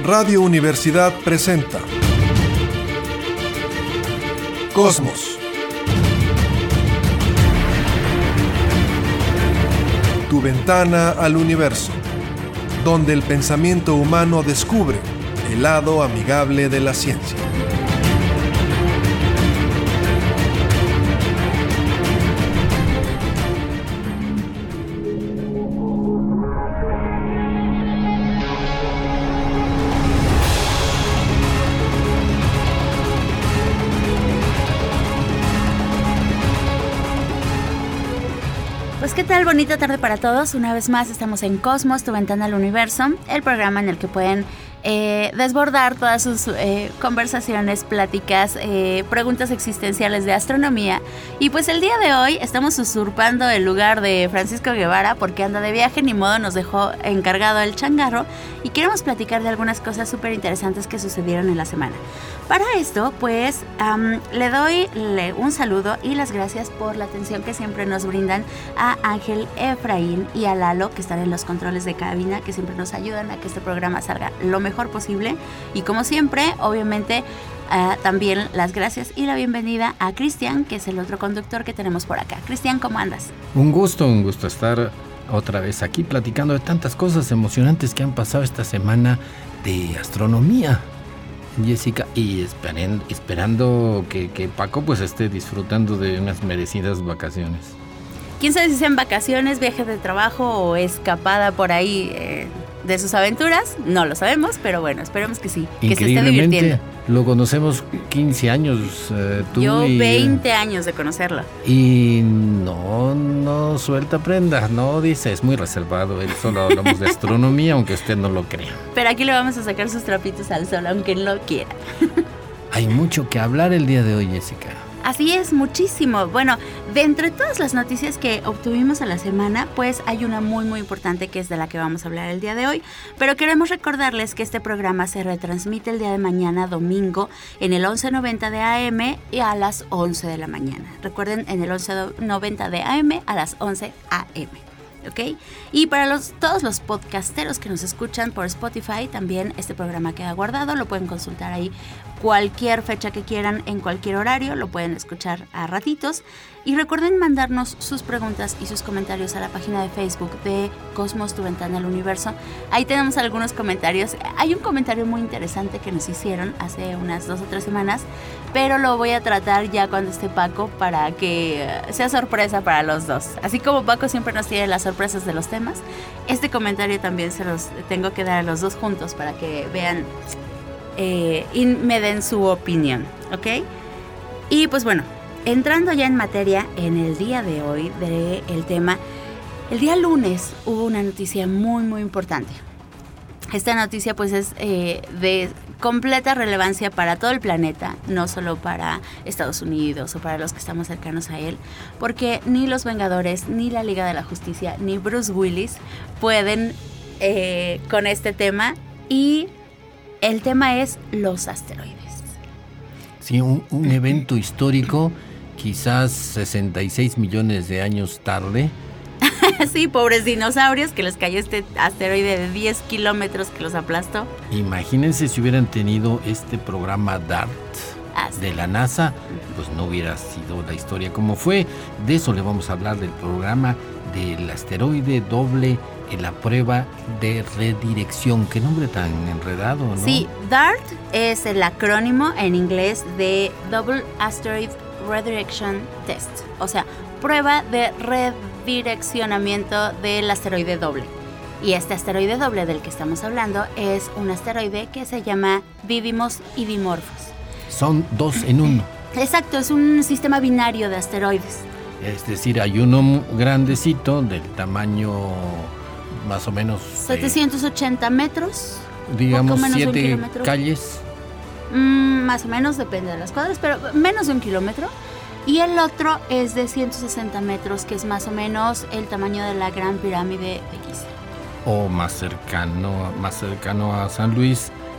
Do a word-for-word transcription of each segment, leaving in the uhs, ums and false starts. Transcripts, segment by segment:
Radio Universidad presenta Cosmos. Tu ventana al universo, donde el pensamiento humano descubre el lado amigable de la ciencia. ¿Qué tal? Bonita tarde para todos. Una vez más estamos en Cosmos, tu ventana al universo, el programa en el que pueden eh, desbordar todas sus eh, conversaciones, pláticas, eh, preguntas existenciales de astronomía. Y pues el día de hoy estamos usurpando el lugar de Francisco Guevara porque anda de viaje, ni modo, nos dejó encargado el changarro y queremos platicar de algunas cosas súper interesantes que sucedieron en la semana. Para esto, pues, um, le doy le, un saludo y las gracias por la atención que siempre nos brindan a Ángel, Efraín y a Lalo, que están en los controles de cabina, que siempre nos ayudan a que este programa salga lo mejor posible. Y como siempre, obviamente, uh, también las gracias y la bienvenida a Cristian, que es el otro conductor que tenemos por acá. Cristian, ¿cómo andas? Un gusto, un gusto estar otra vez aquí platicando de tantas cosas emocionantes que han pasado esta semana de astronomía, Jessica, y esperen, esperando que, que Paco pues esté disfrutando de unas merecidas vacaciones. ¿Quién sabe si sean vacaciones, viaje de trabajo o escapada por ahí eh, de sus aventuras? No lo sabemos, pero bueno, esperemos que sí, que se esté divirtiendo. Lo conocemos quince años, eh, tú Yo y, veinte años de conocerlo. Y no, no suelta prenda, no dice, es muy reservado, él solo hablamos de astronomía, aunque usted no lo crea. Pero aquí le vamos a sacar sus trapitos al sol, aunque no lo quiera. Hay mucho que hablar el día de hoy, Jessica. Así es, muchísimo. Bueno, de entre todas las noticias que obtuvimos a la semana, pues hay una muy muy importante que es de la que vamos a hablar el día de hoy, pero queremos recordarles que este programa se retransmite el día de mañana, domingo, en el once noventa de A M y a las once de la mañana. Recuerden, en el once noventa de A M a las once A M. ¿Ok? Y para los, todos los podcasteros que nos escuchan por Spotify, también este programa queda guardado, lo pueden consultar ahí cualquier fecha que quieran, en cualquier horario, lo pueden escuchar a ratitos. Y recuerden mandarnos sus preguntas y sus comentarios a la página de Facebook de Cosmos, tu ventana al universo. Ahí tenemos algunos comentarios. Hay un comentario muy interesante que nos hicieron hace unas dos o tres semanas, pero lo voy a tratar ya cuando esté Paco para que sea sorpresa para los dos. Así como Paco siempre nos tiene las sorpresas de los temas, este comentario también se los tengo que dar a los dos juntos para que vean eh, y me den su opinión, ¿ok? Y pues bueno, entrando ya en materia, en el día de hoy del tema, el día lunes hubo una noticia muy muy importante. Esta noticia pues es eh, de completa relevancia para todo el planeta, no solo para Estados Unidos o para los que estamos cercanos a él, porque ni los Vengadores, ni la Liga de la Justicia, ni Bruce Willis pueden eh, con este tema, y el tema es los asteroides. Sí, un, un evento histórico, quizás sesenta y seis millones de años tarde. Sí, pobres dinosaurios, que les cayó este asteroide de diez kilómetros que los aplastó. Imagínense si hubieran tenido este programa DART ah, sí. de la NASA, pues no hubiera sido la historia como fue. De eso le vamos a hablar, del programa del asteroide doble en la prueba de redirección. Qué nombre tan enredado, ¿no? Sí, DART es el acrónimo en inglés de Double Asteroid Redirection Test, o sea, prueba de redireccionamiento del asteroide doble. Y este asteroide doble del que estamos hablando es un asteroide que se llama Didymos y Dimorphos. Son dos en uno. Exacto, es un sistema binario de asteroides. Es decir, hay uno grandecito del tamaño más o menos setecientos ochenta metros, digamos siete calles. Mm, más o menos, depende de las cuadras, pero menos de un kilómetro. Y el otro es de ciento sesenta metros, que es más o menos el tamaño de la Gran Pirámide de Giza. O más cercano, más cercano a San Luis,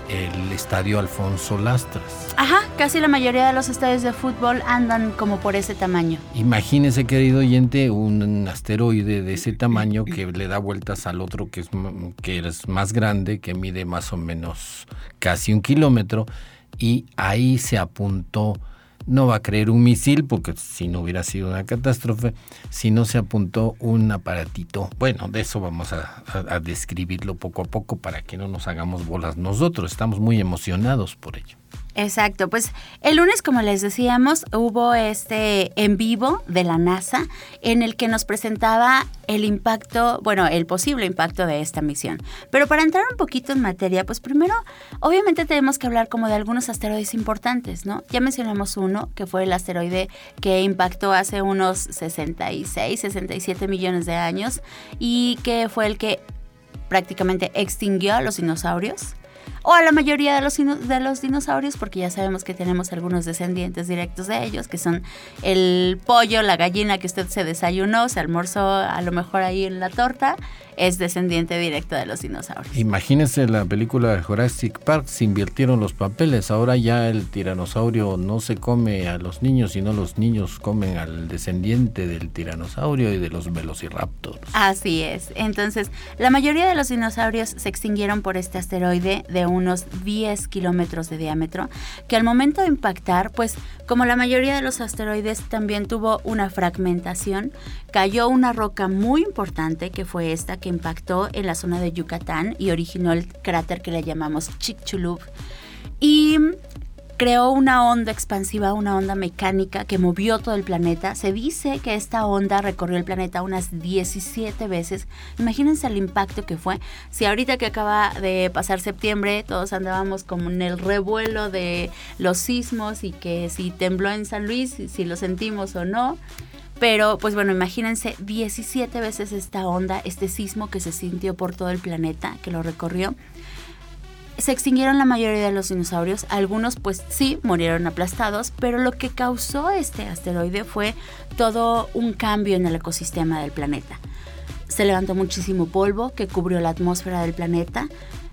el estadio Alfonso Lastras. Ajá, casi la mayoría de los estadios de fútbol andan como por ese tamaño. Imagínese, querido oyente, un asteroide de ese tamaño que le da vueltas al otro que es, que es más grande, que mide más o menos casi un kilómetro, y ahí se apuntó. No va a creer un misil, porque si no hubiera sido una catástrofe, si no se apuntó un aparatito. Bueno, de eso vamos a, a, a describirlo poco a poco para que no nos hagamos bolas nosotros. Estamos muy emocionados por ello. Exacto, pues el lunes, como les decíamos, hubo este en vivo de la NASA en el que nos presentaba el impacto, bueno, el posible impacto de esta misión. Pero para entrar un poquito en materia, pues primero, obviamente tenemos que hablar como de algunos asteroides importantes, ¿no? Ya mencionamos uno, que fue el asteroide que impactó hace unos sesenta y seis, sesenta y siete millones de años y que fue el que prácticamente extinguió a los dinosaurios. O a la mayoría de los, de los dinosaurios, porque ya sabemos que tenemos algunos descendientes directos de ellos, que son el pollo, la gallina que usted se desayunó, se almorzó a lo mejor ahí en la torta, es descendiente directo de los dinosaurios. Imagínense la película de Jurassic Park, se invirtieron los papeles, ahora ya el tiranosaurio no se come a los niños, sino los niños comen al descendiente del tiranosaurio y de los velociraptors. Así es, entonces la mayoría de los dinosaurios se extinguieron por este asteroide de unos diez kilómetros de diámetro, que al momento de impactar, pues como la mayoría de los asteroides también tuvo una fragmentación, cayó una roca muy importante que fue esta que impactó en la zona de Yucatán y originó el cráter que le llamamos Chicxulub y creó una onda expansiva, una onda mecánica que movió todo el planeta. Se dice que esta onda recorrió el planeta unas diecisiete veces. Imagínense el impacto que fue. Si ahorita que acaba de pasar septiembre, todos andábamos como en el revuelo de los sismos y que si tembló en San Luis, si lo sentimos o no. Pero, pues bueno, imagínense diecisiete veces esta onda, este sismo que se sintió por todo el planeta, que lo recorrió. Se extinguieron la mayoría de los dinosaurios, algunos pues sí murieron aplastados, pero lo que causó este asteroide fue todo un cambio en el ecosistema del planeta. Se levantó muchísimo polvo que cubrió la atmósfera del planeta,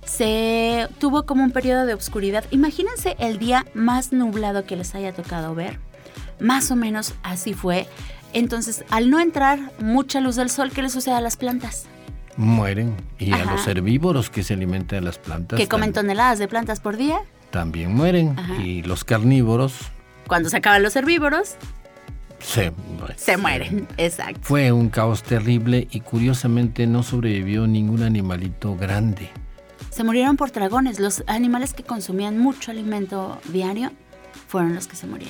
se tuvo como un periodo de oscuridad. Imagínense el día más nublado que les haya tocado ver, más o menos así fue. Entonces, al no entrar mucha luz del sol, ¿qué le sucede a las plantas? Mueren. Y Ajá. a los herbívoros que se alimentan de las plantas. Que comen toneladas de plantas por día. También mueren. Ajá. Y los carnívoros. Cuando se acaban los herbívoros, se, se mueren. Exacto. Fue un caos terrible y curiosamente no sobrevivió ningún animalito grande. Se murieron por dragones. Los animales que consumían mucho alimento diario fueron los que se morían.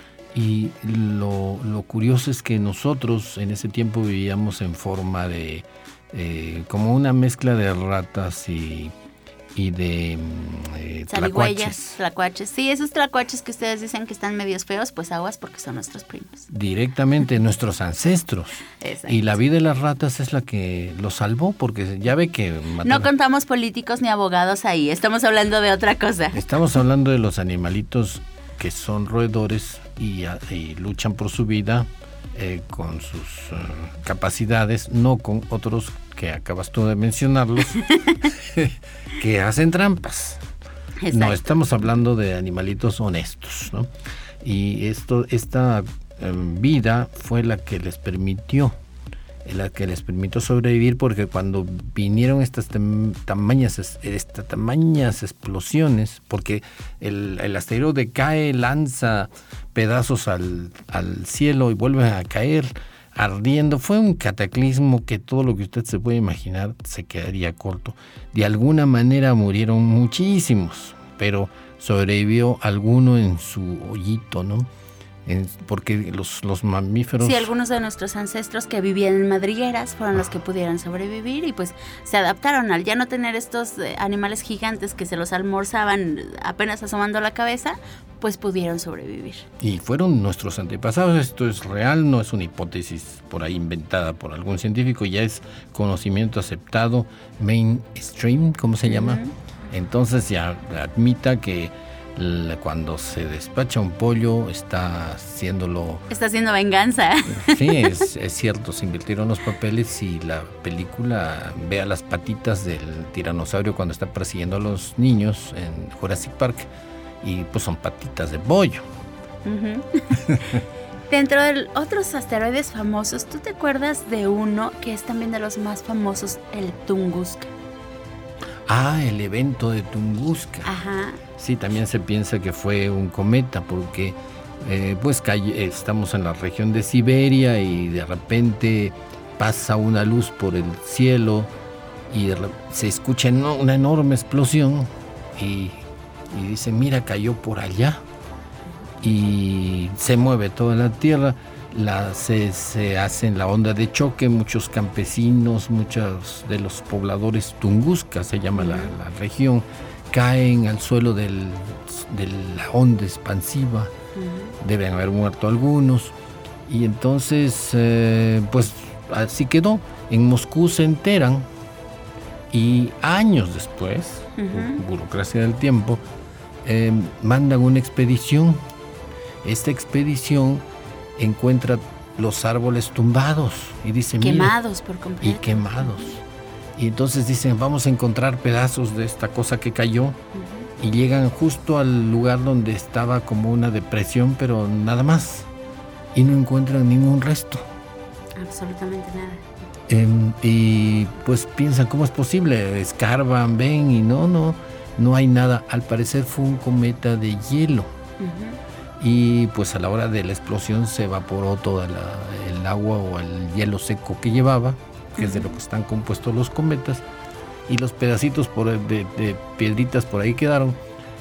Y lo, lo curioso es que nosotros en ese tiempo vivíamos en forma de, eh, como una mezcla de ratas y, y de eh, tlacuaches. tlacuaches. Sí, esos tlacuaches que ustedes dicen que están medios feos, pues aguas porque son nuestros primos. Directamente nuestros ancestros. Exacto. Y la vida de las ratas es la que los salvó, porque ya ve que... mataron. No contamos políticos ni abogados ahí, estamos hablando de otra cosa. Estamos hablando de los animalitos que son roedores y, y luchan por su vida eh, con sus uh, capacidades, no con otros que acabas tú de mencionarlos, que hacen trampas. Exacto. No, estamos hablando de animalitos honestos, ¿no? Y esto, esta eh, vida fue la que les permitió, la que les permitió sobrevivir, porque cuando vinieron estas tem- tamañas, estas tamañas explosiones, porque el, el asteroide cae, lanza pedazos al, al cielo y vuelve a caer ardiendo, fue un cataclismo que todo lo que usted se puede imaginar se quedaría corto. De alguna manera murieron muchísimos, pero sobrevivió alguno en su hoyito, ¿no? Porque los, los mamíferos... Sí, algunos de nuestros ancestros que vivían en madrigueras fueron los que pudieron sobrevivir y pues se adaptaron al ya no tener estos animales gigantes que se los almorzaban apenas asomando la cabeza, pues pudieron sobrevivir. Y fueron nuestros antepasados, esto es real, no es una hipótesis por ahí inventada por algún científico, ya es conocimiento aceptado, mainstream, ¿cómo se llama? Uh-huh. Entonces ya admita que Cuando se despacha un pollo, está haciéndolo... Está haciendo venganza. Sí, es, es cierto, se invirtieron los papeles y la película ve a las patitas del tiranosaurio cuando está persiguiendo a los niños en Jurassic Park y pues son patitas de pollo. Uh-huh. Dentro de otros asteroides famosos, ¿tú te acuerdas de uno que es también de los más famosos, el Tunguska? Ah, el evento de Tunguska. Ajá. Sí, también se piensa que fue un cometa porque eh, pues calle, estamos en la región de Siberia y de repente pasa una luz por el cielo y se escucha una enorme explosión y, y dicen, mira, cayó por allá y se mueve toda la Tierra. La, se, se hace en la onda de choque, muchos campesinos, muchos de los pobladores Tunguska, se llama la, la región, caen al suelo del, de la onda expansiva, uh-huh. Deben haber muerto algunos, y entonces, eh, pues así quedó. En Moscú se enteran, y años después, uh-huh. burocracia del tiempo, eh, mandan una expedición. Esta expedición encuentra los árboles tumbados y dice, quemados por completo. Y quemados. Y entonces dicen, vamos a encontrar pedazos de esta cosa que cayó. Uh-huh. Y llegan justo al lugar donde estaba como una depresión, pero nada más. Y no encuentran ningún resto. Absolutamente nada. Eh, y pues piensan, ¿cómo es posible? Escarban, ven y no, no, no hay nada. Al parecer fue un cometa de hielo. Uh-huh. Y pues a la hora de la explosión se evaporó toda la, el agua o el hielo seco que llevaba, que uh-huh. es de lo que están compuestos los cometas, y los pedacitos por, de, de piedritas por ahí quedaron.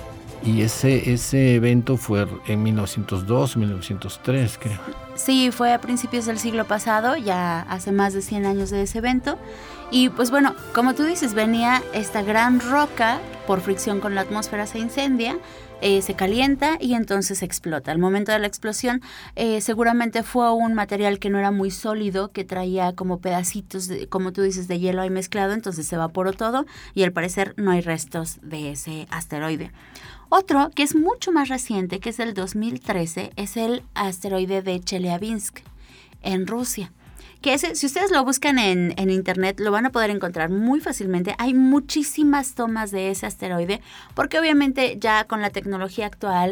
Y ese, ese evento fue en mil novecientos dos, mil novecientos tres, creo. Sí, fue a principios del siglo pasado, ya hace más de cien años de ese evento. Y pues bueno, como tú dices, venía esta gran roca, por fricción con la atmósfera se incendia, eh, se calienta y entonces explota. Al momento de la explosión, eh, seguramente fue un material que no era muy sólido, que traía como pedacitos, de, como tú dices, de hielo ahí mezclado, entonces se evaporó todo y al parecer no hay restos de ese asteroide. Otro que es mucho más reciente, que es del dos mil trece, es el asteroide de Chelyabinsk, en Rusia. Que ese, si ustedes lo buscan en, en internet, lo van a poder encontrar muy fácilmente. Hay muchísimas tomas de ese asteroide, porque obviamente ya con la tecnología actual,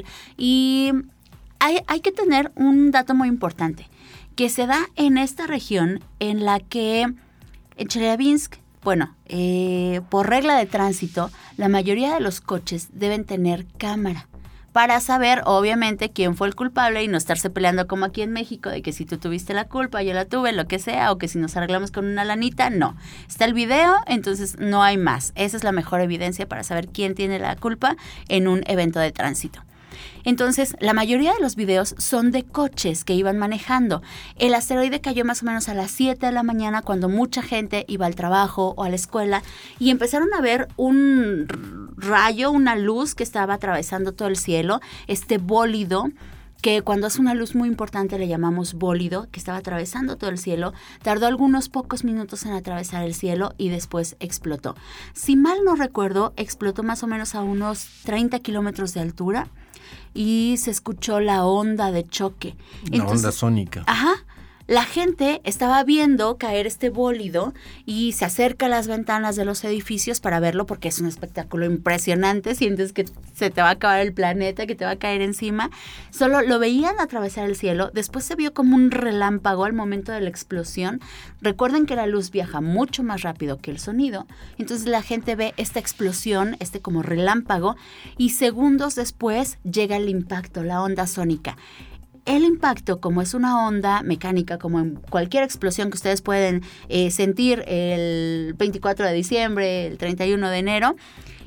y hay, hay que tener un dato muy importante, que se da en esta región en la que en Chelyabinsk, bueno, eh, por regla de tránsito, la mayoría de los coches deben tener cámara para saber, obviamente, quién fue el culpable y no estarse peleando como aquí en México, de que si tú tuviste la culpa, yo la tuve, lo que sea, o que si nos arreglamos con una lanita, no. Está el video, entonces no hay más. Esa es la mejor evidencia para saber quién tiene la culpa en un evento de tránsito. Entonces, la mayoría de los videos son de coches que iban manejando. El asteroide cayó más o menos a las siete de la mañana cuando mucha gente iba al trabajo o a la escuela y empezaron a ver un rayo, una luz que estaba atravesando todo el cielo, este bólido, que cuando hace una luz muy importante le llamamos bólido, que estaba atravesando todo el cielo, tardó algunos pocos minutos en atravesar el cielo y después explotó. Si mal no recuerdo, explotó más o menos a unos treinta kilómetros de altura y se escuchó la onda de choque. La Entonces, onda sónica. Ajá. La gente estaba viendo caer este bólido y se acerca a las ventanas de los edificios para verlo porque es un espectáculo impresionante. Sientes que se te va a acabar el planeta, que te va a caer encima. Solo lo veían atravesar el cielo. Después se vio como un relámpago al momento de la explosión. Recuerden que la luz viaja mucho más rápido que el sonido. Entonces la gente ve esta explosión, este como relámpago, y segundos después llega el impacto, la onda sónica. El impacto, como es una onda mecánica, como en cualquier explosión que ustedes pueden eh, sentir el veinticuatro de diciembre, el treinta y uno de enero,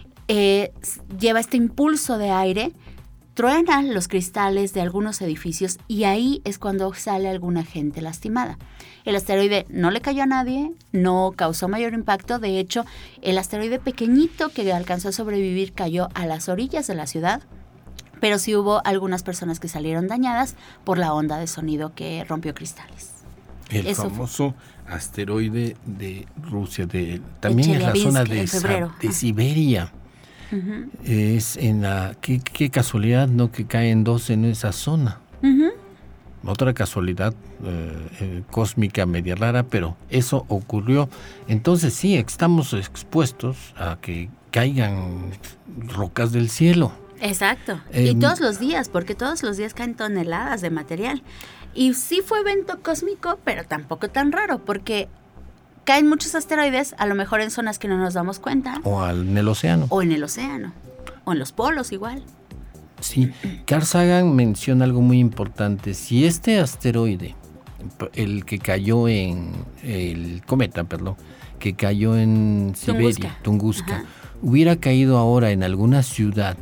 eh, lleva este impulso de aire, truena los cristales de algunos edificios y ahí es cuando sale alguna gente lastimada. El asteroide no le cayó a nadie, no causó mayor impacto. De hecho, el asteroide pequeñito que alcanzó a sobrevivir cayó a las orillas de la ciudad, pero sí hubo algunas personas que salieron dañadas por la onda de sonido que rompió cristales. El Eso famoso fue. asteroide de Rusia, de, también en la zona de, de Siberia. Uh-huh. Es en la... Qué, qué casualidad, ¿no? Que caen dos en esa zona. Uh-huh. Otra casualidad eh, eh, cósmica media rara, pero eso ocurrió. Entonces sí, estamos expuestos a que caigan rocas del cielo. Exacto. Eh, y todos los días, porque todos los días caen toneladas de material. Y sí fue evento cósmico, pero tampoco tan raro, porque caen muchos asteroides, a lo mejor en zonas que no nos damos cuenta. O al, en el océano. O en el océano. O en los polos igual. Sí, Carl Sagan menciona algo muy importante. Si este asteroide, el que cayó en, el cometa, perdón, que cayó en Siberia, Tunguska, Tunguska hubiera caído ahora en alguna ciudad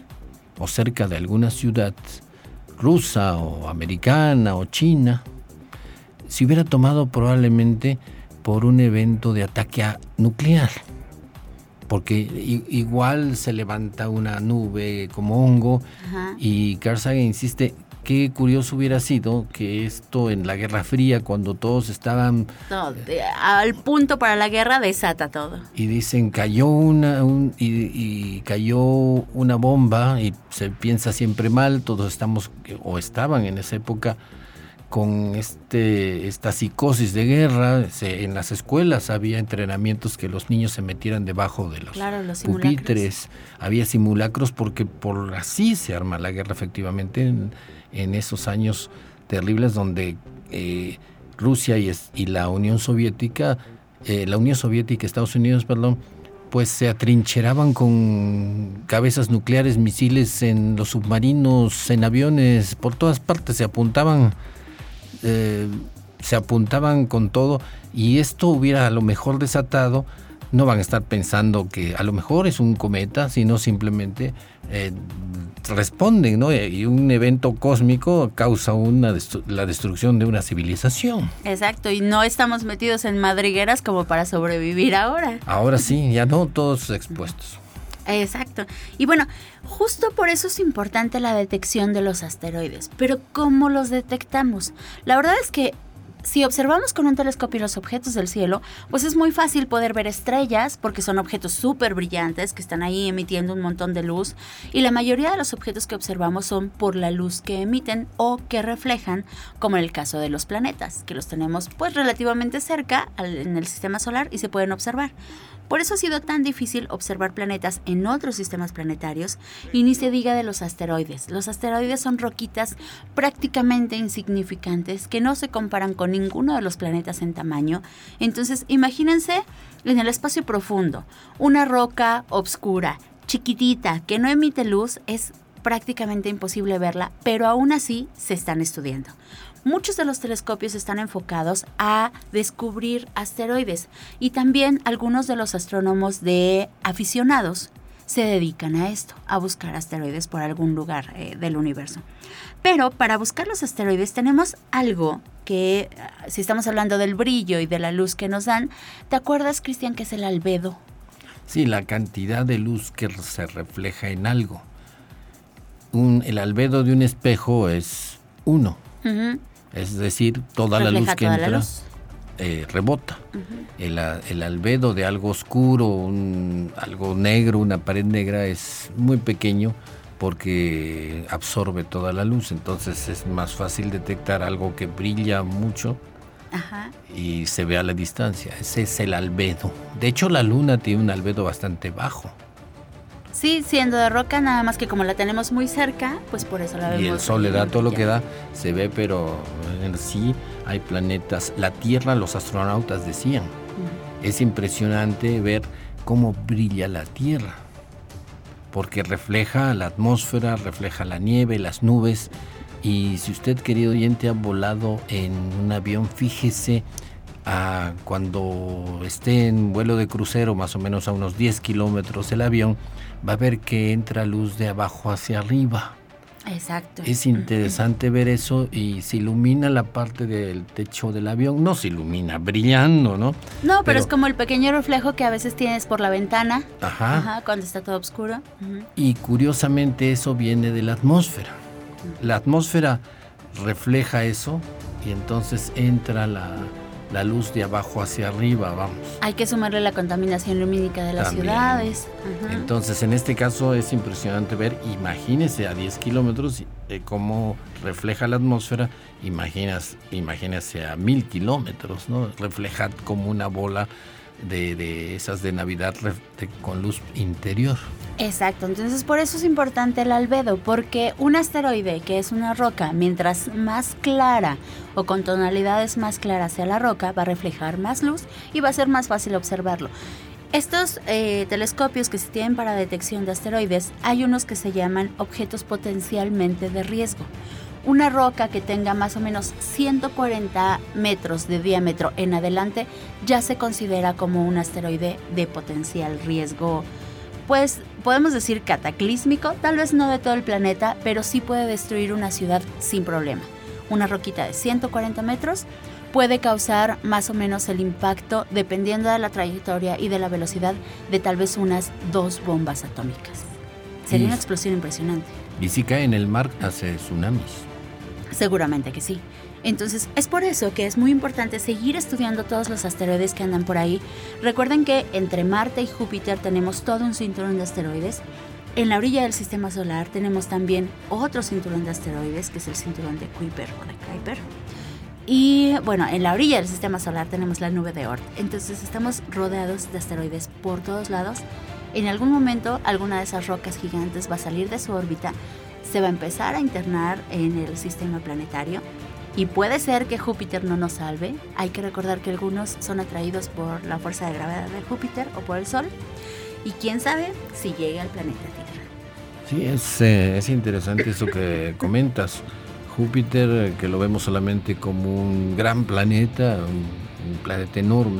o cerca de alguna ciudad rusa o americana o china, se hubiera tomado probablemente por un evento de ataque nuclear. Porque igual se levanta una nube como hongo. Ajá. Y Carl Sagan insiste, qué curioso hubiera sido que esto en la Guerra Fría, cuando todos estaban... No, al punto para la guerra, desata todo. Y dicen, cayó una un, y, y cayó una bomba y se piensa siempre mal, todos estamos, o estaban en esa época, con este esta psicosis de guerra. Se, en las escuelas había entrenamientos que los niños se metieran debajo de los, claro, los pupitres, había simulacros porque por así se arma la guerra efectivamente en, en esos años terribles donde eh, Rusia y, y la Unión Soviética, eh, la Unión Soviética, Estados Unidos, perdón, pues se atrincheraban con cabezas nucleares, misiles en los submarinos, en aviones, por todas partes se apuntaban. Eh, se apuntaban con todo y esto hubiera a lo mejor desatado, no van a estar pensando que a lo mejor es un cometa, sino simplemente eh, responden, ¿no? Y un evento cósmico causa una destru- la destrucción de una civilización. Exacto, y no estamos metidos en madrigueras como para sobrevivir ahora. Ahora sí, ya no todos expuestos. Exacto. Y bueno, justo por eso es importante la detección de los asteroides. Pero ¿cómo los detectamos? La verdad es que si observamos con un telescopio los objetos del cielo, pues es muy fácil poder ver estrellas, porque son objetos súper brillantes que están ahí emitiendo un montón de luz. Y la mayoría de los objetos que observamos son por la luz que emiten o que reflejan, como en el caso de los planetas, que los tenemos pues relativamente cerca al, en el sistema solar y se pueden observar. Por eso ha sido tan difícil observar planetas en otros sistemas planetarios y ni se diga de los asteroides. Los asteroides son roquitas prácticamente insignificantes que no se comparan con ninguno de los planetas en tamaño. Entonces, imagínense en el espacio profundo, una roca oscura, chiquitita, que no emite luz, es prácticamente imposible verla, pero aún así se están estudiando. Muchos de los telescopios están enfocados a descubrir asteroides y también algunos de los astrónomos de aficionados se dedican a esto, a buscar asteroides por algún lugar eh, del universo. Pero para buscar los asteroides tenemos algo que, si estamos hablando del brillo y de la luz que nos dan, ¿te acuerdas, Cristian, que es el albedo? Sí, la cantidad de luz que se refleja en algo. Un, el albedo de un espejo es uno. Uh-huh. Es decir, toda refleja la luz que toda entra luz. Eh, rebota. Uh-huh. El, el albedo de algo oscuro, un, algo negro, una pared negra es muy pequeño porque absorbe toda la luz. Entonces es más fácil detectar algo que brilla mucho. Ajá. Y se ve a la distancia. Ese es el albedo. De hecho, la luna tiene un albedo bastante bajo. Sí, siendo de roca, nada más que como la tenemos muy cerca, pues por eso la vemos. Y el sol le da todo lo que da, se ve, pero en sí hay planetas. La Tierra, los astronautas decían, uh-huh. Es impresionante ver cómo brilla la Tierra, porque refleja la atmósfera, refleja la nieve, las nubes. Y si usted, querido oyente, ha volado en un avión, fíjese a cuando esté en vuelo de crucero, más o menos a unos diez kilómetros el avión, va a ver que entra luz de abajo hacia arriba. Exacto. Es interesante ver eso y se ilumina la parte del techo del avión. No se ilumina, brillando, ¿no? No, pero, pero es como el pequeño reflejo que a veces tienes por la ventana. Ajá. Ajá, cuando está todo oscuro. Uh-huh. Y curiosamente eso viene de la atmósfera. Uh-huh. La atmósfera refleja eso y entonces entra la, la luz de abajo hacia arriba, vamos. Hay que sumarle la contaminación lumínica de las También. ciudades. Ajá. Entonces, en este caso es impresionante ver, imagínese a diez kilómetros eh, cómo refleja la atmósfera, imaginas, imagínese a mil kilómetros, ¿no? Refleja como una bola de, de esas de Navidad de, con luz interior. Exacto, entonces por eso es importante el albedo, porque un asteroide, que es una roca, mientras más clara o con tonalidades más claras sea la roca, va a reflejar más luz y va a ser más fácil observarlo. Estos eh, telescopios que se tienen para detección de asteroides, hay unos que se llaman objetos potencialmente de riesgo. Una roca que tenga más o menos ciento cuarenta metros de diámetro en adelante ya se considera como un asteroide de potencial riesgo, pues podemos decir cataclísmico, tal vez no de todo el planeta, pero sí puede destruir una ciudad sin problema. Una roquita de ciento cuarenta metros puede causar más o menos el impacto, dependiendo de la trayectoria y de la velocidad, de tal vez unas dos bombas atómicas. Sería Y- una explosión impresionante. Y si cae en el mar, hace tsunamis. Seguramente que sí. Entonces, es por eso que es muy importante seguir estudiando todos los asteroides que andan por ahí. Recuerden que entre Marte y Júpiter tenemos todo un cinturón de asteroides. En la orilla del sistema solar tenemos también otro cinturón de asteroides, que es el cinturón de Kuiper o de Kuiper. Y bueno, en la orilla del sistema solar tenemos la nube de Oort. Entonces, estamos rodeados de asteroides por todos lados. En algún momento, alguna de esas rocas gigantes va a salir de su órbita, se va a empezar a internar en el sistema planetario. Y puede ser que Júpiter no nos salve. Hay que recordar que algunos son atraídos por la fuerza de gravedad de Júpiter o por el Sol. Y quién sabe si llegue al planeta Tierra. Sí, es, eh, es interesante eso que comentas. Júpiter, eh, que lo vemos solamente como un gran planeta, un, un planeta enorme,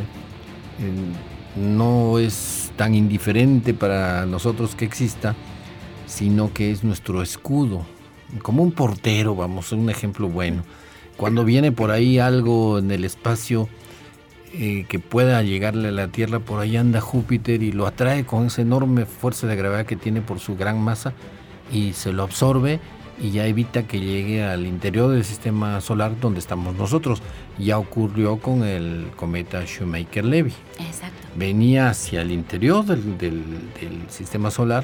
eh, no es tan indiferente para nosotros que exista, sino que es nuestro escudo, como un portero, vamos, un ejemplo bueno. Cuando viene por ahí algo en el espacio eh, que pueda llegarle a la Tierra, por ahí anda Júpiter y lo atrae con esa enorme fuerza de gravedad que tiene por su gran masa y se lo absorbe y ya evita que llegue al interior del sistema solar donde estamos nosotros. Ya ocurrió con el cometa Shoemaker-Levy. Exacto. Venía hacia el interior del, del, del sistema solar,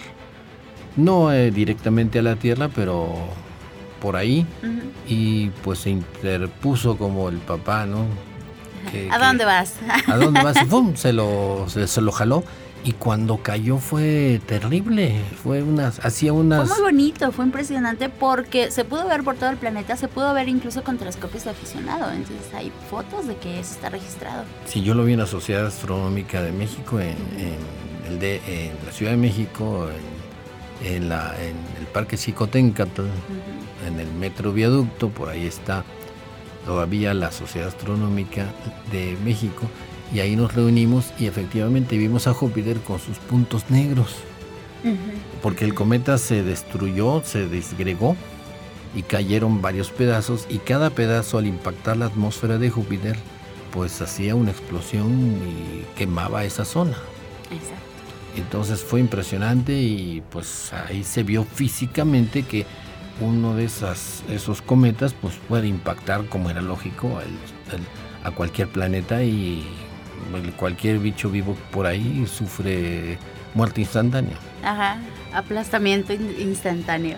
no eh, directamente a la Tierra, pero por ahí, Uh-huh. y pues se interpuso como el papá, ¿no? Que- ¿A que- dónde vas? ¿A dónde vas? Y ¡pum! Se lo, se, se lo jaló. Y cuando cayó fue terrible. Fue unas, hacía unas. Fue muy bonito, fue impresionante porque se pudo ver por todo el planeta, se pudo ver incluso con telescopios de aficionado. Entonces hay fotos de que eso está registrado. Sí, yo lo vi en la Sociedad Astronómica de México, en, en el de, en la Ciudad de México, en, en, la, en el Parque Xicoténcatl, Uh-huh. en el Metro Viaducto, por ahí está todavía la Sociedad Astronómica de México, y ahí nos reunimos y efectivamente vimos a Júpiter con sus puntos negros, Uh-huh. porque el cometa se destruyó, se disgregó y cayeron varios pedazos, y cada pedazo al impactar la atmósfera de Júpiter pues hacía una explosión y quemaba esa zona. Exacto. Entonces fue impresionante y pues ahí se vio físicamente que uno de esas, esos cometas pues puede impactar, como era lógico, el- el- a cualquier planeta, y el- cualquier bicho vivo por ahí sufre muerte instantánea. Ajá, aplastamiento in- instantáneo.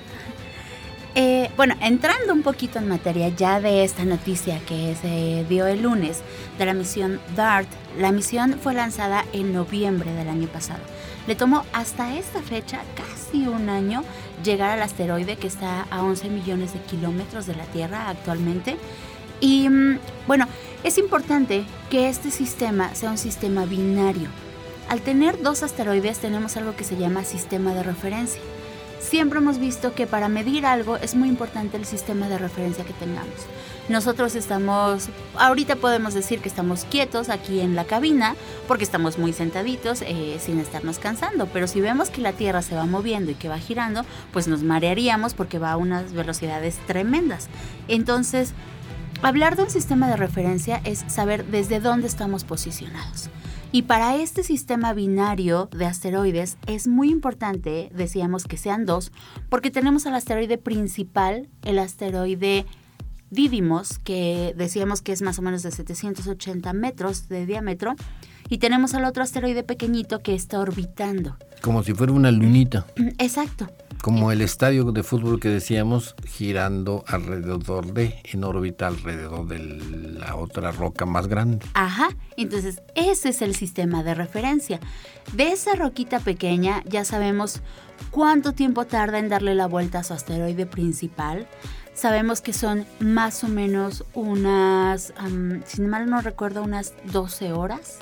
Eh, bueno, entrando un poquito en materia ya de esta noticia que se dio el lunes de la misión DART, la misión fue lanzada en noviembre del año pasado. Le tomó hasta esta fecha casi un año llegar al asteroide que está a once millones de kilómetros de la Tierra actualmente. Y mm, bueno, es importante que este sistema sea un sistema binario. Al tener dos asteroides tenemos algo que se llama sistema de referencia. Siempre hemos visto que para medir algo es muy importante el sistema de referencia que tengamos. Nosotros estamos, ahorita podemos decir que estamos quietos aquí en la cabina porque estamos muy sentaditos eh, sin estarnos cansando, pero si vemos que la Tierra se va moviendo y que va girando, pues nos marearíamos porque va a unas velocidades tremendas. Entonces, hablar de un sistema de referencia es saber desde dónde estamos posicionados. Y para este sistema binario de asteroides es muy importante, decíamos, que sean dos, porque tenemos al asteroide principal, el asteroide Didymos, que decíamos que es más o menos de setecientos ochenta metros de diámetro, y tenemos al otro asteroide pequeñito que está orbitando. Como si fuera una lunita. Exacto. Como el estadio de fútbol que decíamos, girando alrededor de, en órbita alrededor de la otra roca más grande. Ajá, entonces ese es el sistema de referencia. De esa roquita pequeña ya sabemos cuánto tiempo tarda en darle la vuelta a su asteroide principal. Sabemos que son más o menos unas, um, si mal no recuerdo, unas doce horas.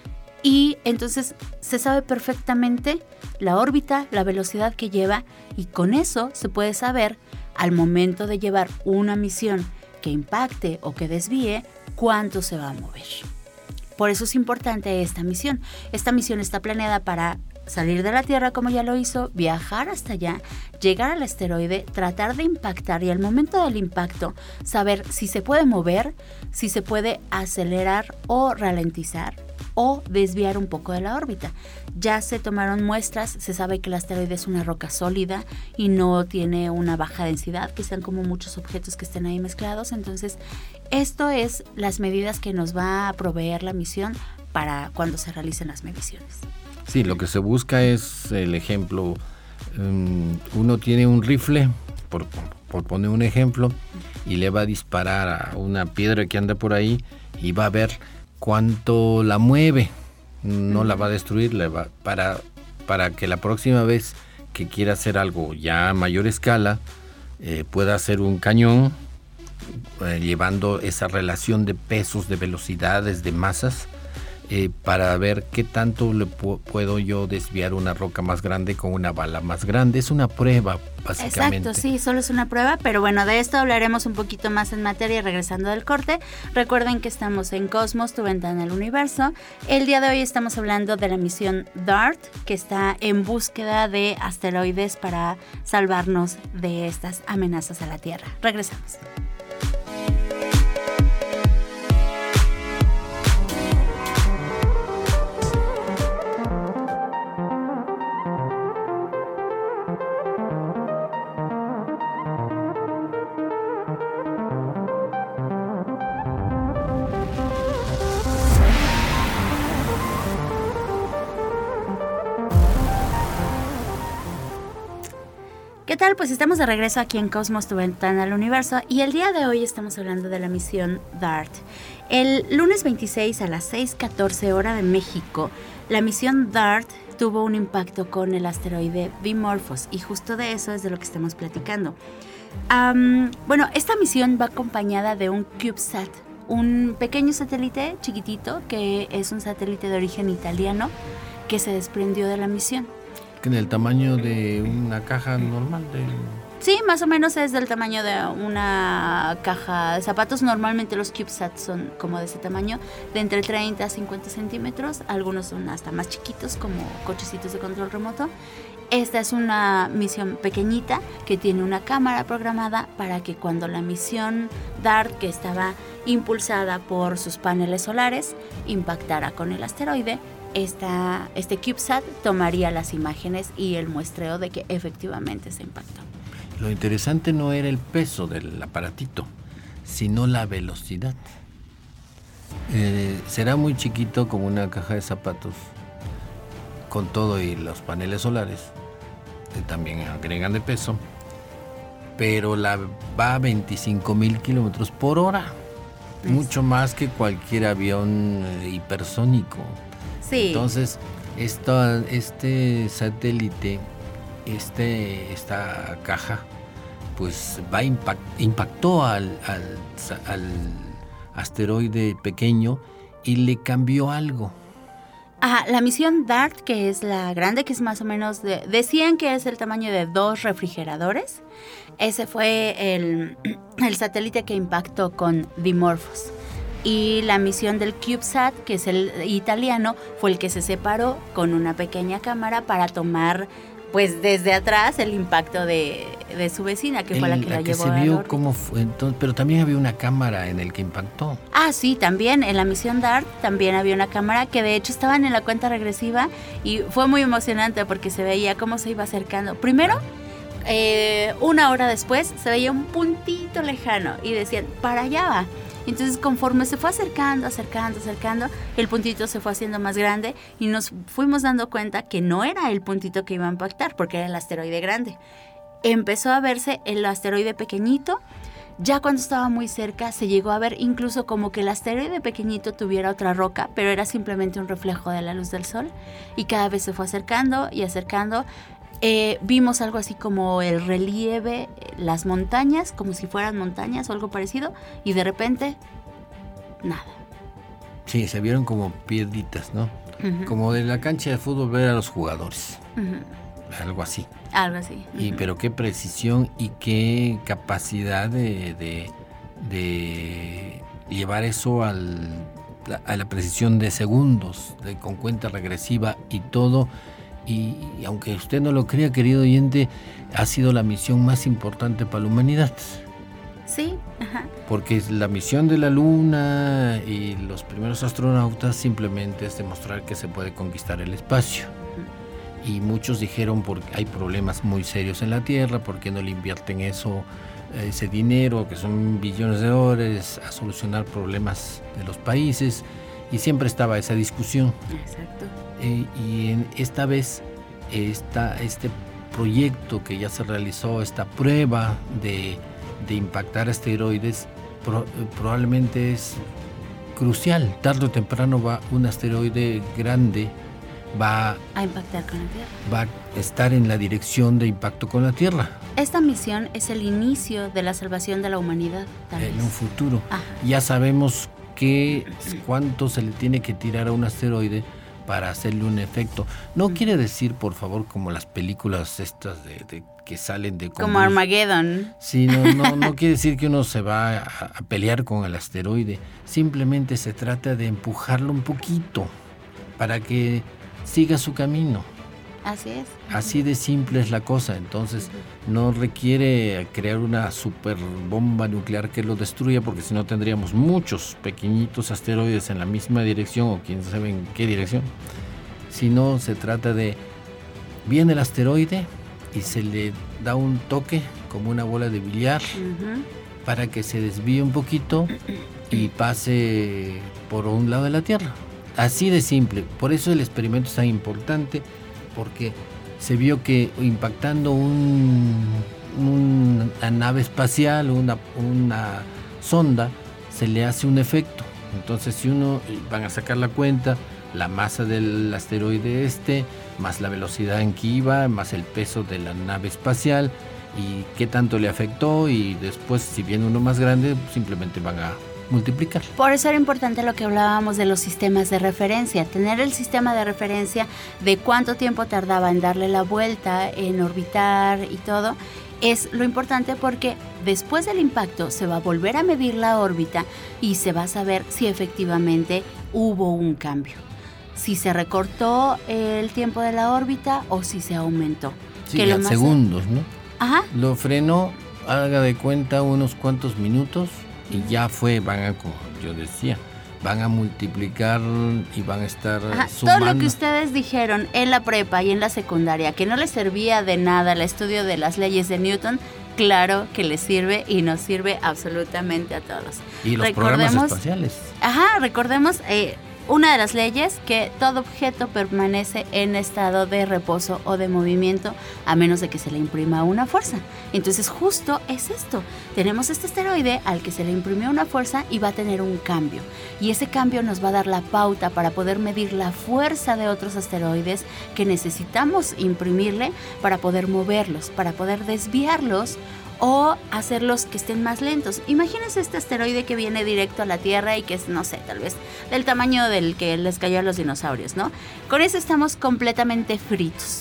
Y entonces se sabe perfectamente la órbita, la velocidad que lleva, y con eso se puede saber, al momento de llevar una misión que impacte o que desvíe, cuánto se va a mover. Por eso es importante esta misión. Esta misión está planeada para salir de la Tierra, como ya lo hizo, viajar hasta allá, llegar al asteroide, tratar de impactar, y al momento del impacto saber si se puede mover, si se puede acelerar o ralentizar, o desviar un poco de la órbita. Ya se tomaron muestras, se sabe que el asteroide es una roca sólida y no tiene una baja densidad, que sean como muchos objetos que estén ahí mezclados. Entonces, esto es las medidas que nos va a proveer la misión para cuando se realicen las mediciones. Sí, lo que se busca es el ejemplo. Um, uno tiene un rifle, por, por poner un ejemplo, y le va a disparar a una piedra que anda por ahí y va a ver cuánto la mueve. No la va a destruir, le va, para, para que la próxima vez que quiera hacer algo ya a mayor escala, eh, pueda hacer un cañón eh, llevando esa relación de pesos, de velocidades, de masas, eh, para ver qué tanto le pu- puedo yo desviar una roca más grande con una bala más grande. Es una prueba, básicamente. Exacto, sí, solo es una prueba, pero bueno, de esto hablaremos un poquito más en materia regresando del corte. Recuerden que estamos en Cosmos, tu ventana al universo. El día de hoy estamos hablando de la misión DART, que está en búsqueda de asteroides para salvarnos de estas amenazas a la Tierra. Regresamos. ¿Qué tal? Pues estamos de regreso aquí en Cosmos, tu ventana al universo, y el día de hoy estamos hablando de la misión DART. El lunes veintiséis a las seis catorce hora de México, la misión DART tuvo un impacto con el asteroide Dimorphos, y justo de eso es de lo que estamos platicando. Um, bueno, esta misión va acompañada de un CubeSat, un pequeño satélite chiquitito que es un satélite de origen italiano que se desprendió de la misión. En el tamaño de una caja normal de... Sí, más o menos es del tamaño de una caja de zapatos. Normalmente los CubeSats son como de ese tamaño, de entre treinta a cincuenta centímetros. Algunos son hasta más chiquitos, como cochecitos de control remoto. Esta es una misión pequeñita que tiene una cámara programada para que cuando la misión DART, que estaba impulsada por sus paneles solares, impactara con el asteroide, Esta, este CubeSat tomaría las imágenes y el muestreo de que efectivamente se impactó. Lo interesante no era el peso del aparatito, sino la velocidad. Eh, será muy chiquito como una caja de zapatos, con todo y los paneles solares, que también agregan de peso, pero la va a veinticinco mil kilómetros por hora, es mucho más que cualquier avión hipersónico. Sí. Entonces, esta, este satélite, este, esta caja, pues va a impact, impactó al, al, al asteroide pequeño y le cambió algo. Ajá, la misión DART, que es la grande, que es más o menos de... Decían que es el tamaño de dos refrigeradores. Ese fue el, el satélite que impactó con Dimorphos. Y la misión del CubeSat, que es el italiano, fue el que se separó con una pequeña cámara para tomar, pues desde atrás, el impacto de, de su vecina, que el, fue la que la, la que llevó se a vio la cómo fue, entonces, pero también había una cámara en el que impactó. Ah, sí, también en la misión DART también había una cámara que de hecho estaban en la cuenta regresiva y fue muy emocionante porque se veía cómo se iba acercando. Primero, eh, una hora después se veía un puntito lejano y decían, para allá va. Entonces, conforme se fue acercando, acercando, acercando, el puntito se fue haciendo más grande y nos fuimos dando cuenta que no era el puntito que iba a impactar, porque era el asteroide grande. Empezó a verse el asteroide pequeñito. Ya cuando estaba muy cerca, se llegó a ver incluso como que el asteroide pequeñito tuviera otra roca, pero era simplemente un reflejo de la luz del sol. Y cada vez se fue acercando y acercando. Eh, vimos algo así como el relieve, las montañas, como si fueran montañas o algo parecido, y de repente, nada. Sí, se vieron como piedritas, ¿no? Uh-huh. Como de la cancha de fútbol ver a los jugadores. Uh-huh. Algo así. Algo así. Uh-huh. Y, pero qué precisión y qué capacidad de, de, de llevar eso al, a la precisión de segundos, de, con cuenta regresiva y todo. Y, y aunque usted no lo crea, querido oyente, ha sido la misión más importante para la humanidad. Sí, ajá. Porque la misión de la Luna y los primeros astronautas simplemente es demostrar que se puede conquistar el espacio. Uh-huh. Y muchos dijeron, porque hay problemas muy serios en la Tierra, ¿por qué no le invierten eso, ese dinero, que son billones de dólares, a solucionar problemas de los países? Y siempre estaba esa discusión. Exacto. Eh, y en esta vez, esta, este proyecto que ya se realizó, esta prueba de, de impactar asteroides, pro, probablemente es crucial. Tarde o temprano va un asteroide grande, va a impactar con la Tierra. Va a estar en la dirección de impacto con la Tierra. Esta misión es el inicio de la salvación de la humanidad, tal en vez. un futuro. Ajá. Ya sabemos que cuánto se le tiene que tirar a un asteroide para hacerle un efecto. No quiere decir, por favor, como las películas estas de, de que salen de... Como Armageddon. Sí, no, no, no quiere decir que uno se va a, a pelear con el asteroide. Simplemente se trata de empujarlo un poquito para que siga su camino. Así es. Así de simple es la cosa. Entonces no requiere crear una super bomba nuclear que lo destruya, porque si no tendríamos muchos pequeñitos asteroides en la misma dirección, o quién sabe en qué dirección. Si no, se trata de, viene el asteroide y se le da un toque como una bola de billar, uh-huh, para que se desvíe un poquito y pase por un lado de la Tierra. Así de simple. Por eso el experimento es tan importante, porque se vio que impactando un, una nave espacial, una, una sonda, se le hace un efecto. Entonces, si uno, van a sacar la cuenta, la masa del asteroide este, más la velocidad en que iba, más el peso de la nave espacial, y qué tanto le afectó, y después, si viene uno más grande, simplemente van a multiplicar. Por eso era importante lo que hablábamos de los sistemas de referencia, tener el sistema de referencia de cuánto tiempo tardaba en darle la vuelta, en orbitar y todo, es lo importante, porque después del impacto se va a volver a medir la órbita y se va a saber si efectivamente hubo un cambio, si se recortó el tiempo de la órbita o si se aumentó. Sí, que lo más segundos, ¿no? Ajá. Lo frenó, haga de cuenta, unos cuantos minutos, y ya fue, van a, como yo decía, van a multiplicar y van a estar Ajá, sumando. Todo lo que ustedes dijeron en la prepa y en la secundaria, que no les servía de nada el estudio de las leyes de Newton, claro que les sirve, y nos sirve absolutamente a todos. Y los programas espaciales. Ajá, recordemos eh, una de las leyes, que todo objeto permanece en estado de reposo o de movimiento a menos de que se le imprima una fuerza. Entonces justo es esto, tenemos este asteroide al que se le imprimió una fuerza y va a tener un cambio, y ese cambio nos va a dar la pauta para poder medir la fuerza de otros asteroides que necesitamos imprimirle para poder moverlos, para poder desviarlos o hacerlos que estén más lentos. Imagínense este asteroide que viene directo a la Tierra y que es, no sé, tal vez del tamaño del que les cayó a los dinosaurios, ¿no? Con eso estamos completamente fritos.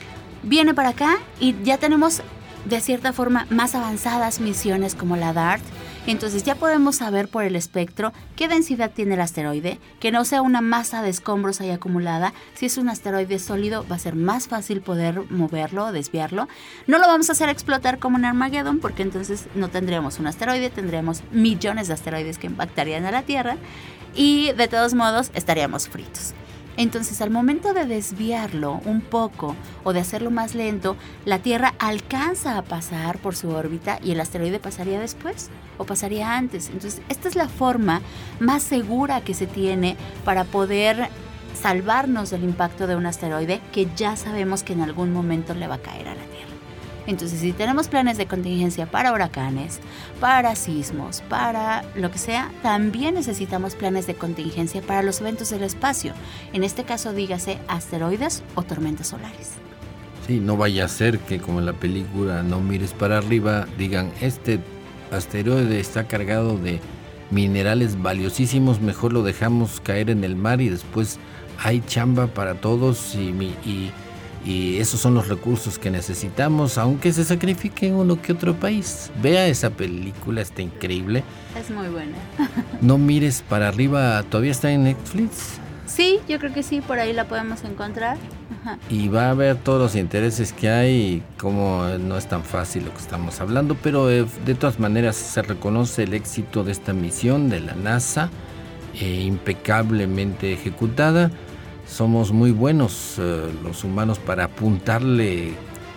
Viene para acá y ya tenemos, de cierta forma, más avanzadas misiones como la DART. Entonces ya podemos saber por el espectro qué densidad tiene el asteroide, que no sea una masa de escombros ahí acumulada. Si es un asteroide sólido, va a ser más fácil poder moverlo o desviarlo. No lo vamos a hacer explotar como en Armageddon, porque entonces no tendríamos un asteroide, tendríamos millones de asteroides que impactarían a la Tierra, y de todos modos estaríamos fritos. Entonces, al momento de desviarlo un poco o de hacerlo más lento, la Tierra alcanza a pasar por su órbita y el asteroide pasaría después o pasaría antes. Entonces, esta es la forma más segura que se tiene para poder salvarnos del impacto de un asteroide que ya sabemos que en algún momento le va a caer a la Tierra. Entonces, si tenemos planes de contingencia para huracanes, para sismos, para lo que sea, también necesitamos planes de contingencia para los eventos del espacio. En este caso, dígase asteroides o tormentas solares. Sí, no vaya a ser que, como en la película No mires para arriba, digan, este asteroide está cargado de minerales valiosísimos, mejor lo dejamos caer en el mar y después hay chamba para todos y... y Y esos son los recursos que necesitamos, aunque se sacrifique uno que otro país. Vea esa película, está increíble. Es muy buena. No mires para arriba, ¿todavía está en Netflix? Sí, yo creo que sí, por ahí la podemos encontrar. Ajá. Y va a ver todos los intereses que hay y cómo no es tan fácil lo que estamos hablando, pero eh, de todas maneras se reconoce el éxito de esta misión de la NASA, eh, impecablemente ejecutada. Somos muy buenos eh, los humanos para apuntarle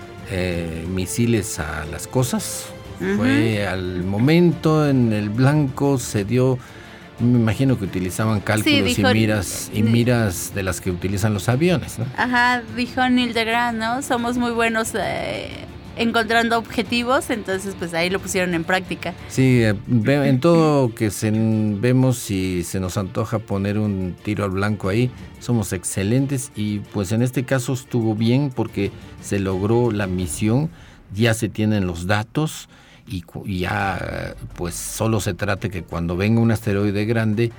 eh, misiles a las cosas. Uh-huh. Fue al momento, en el blanco, se dio, me imagino que utilizaban cálculos sí, dijo, y miras y miras de las que utilizan los aviones, ¿no? Ajá, dijo Neil deGrasse, ¿no? Somos muy buenos eh, encontrando objetivos, entonces pues ahí lo pusieron en práctica. Sí, en todo que se, vemos si se nos antoja poner un tiro al blanco ahí, somos excelentes y pues en este caso estuvo bien porque se logró la misión, ya se tienen los datos y, y ya pues solo se trata que cuando venga un asteroide grande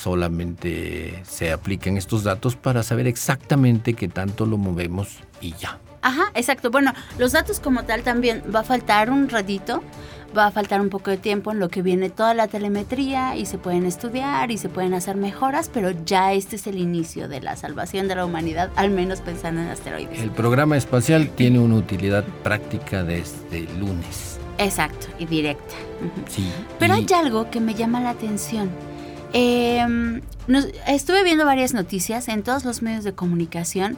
solamente se apliquen estos datos para saber exactamente qué tanto lo movemos y ya. Ajá, exacto. Bueno, los datos como tal también va a faltar un ratito, va a faltar un poco de tiempo en lo que viene toda la telemetría y se pueden estudiar y se pueden hacer mejoras, pero ya este es el inicio de la salvación de la humanidad, al menos pensando en asteroides. El programa espacial tiene una utilidad práctica desde el lunes. Exacto, y directa. Uh-huh. Sí. Pero y... hay algo que me llama la atención. Eh, nos, estuve viendo varias noticias en todos los medios de comunicación.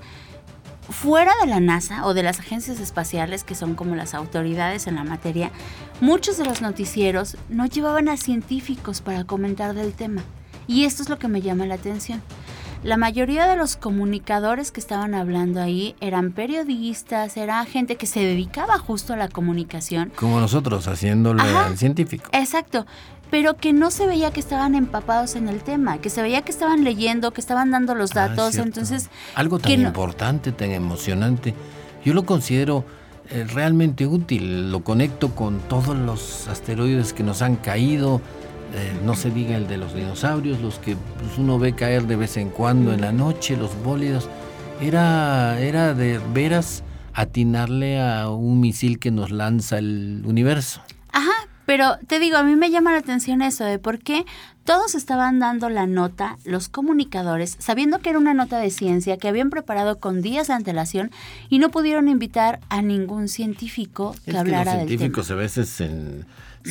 Fuera de la NASA o de las agencias espaciales, que son como las autoridades en la materia, muchos de los noticieros no llevaban a científicos para comentar del tema. Y esto es lo que me llama la atención. La mayoría de los comunicadores que estaban hablando ahí eran periodistas, era gente que se dedicaba justo a la comunicación. Como nosotros, haciéndole Ajá, al científico. Exacto. Pero que no se veía que estaban empapados en el tema, que se veía que estaban leyendo, que estaban dando los datos, ah, entonces... Algo tan no... importante, tan emocionante, yo lo considero eh, realmente útil, lo conecto con todos los asteroides que nos han caído, eh, no se diga el de los dinosaurios, los que pues, uno ve caer de vez en cuando en la noche, los bólidos, era, era de veras atinarle a un misil que nos lanza el universo. Ajá. Pero te digo, a mí me llama la atención eso de por qué todos estaban dando la nota, los comunicadores, sabiendo que era una nota de ciencia que habían preparado con días de antelación y no pudieron invitar a ningún científico que es hablara que del tema. Los científicos a veces en,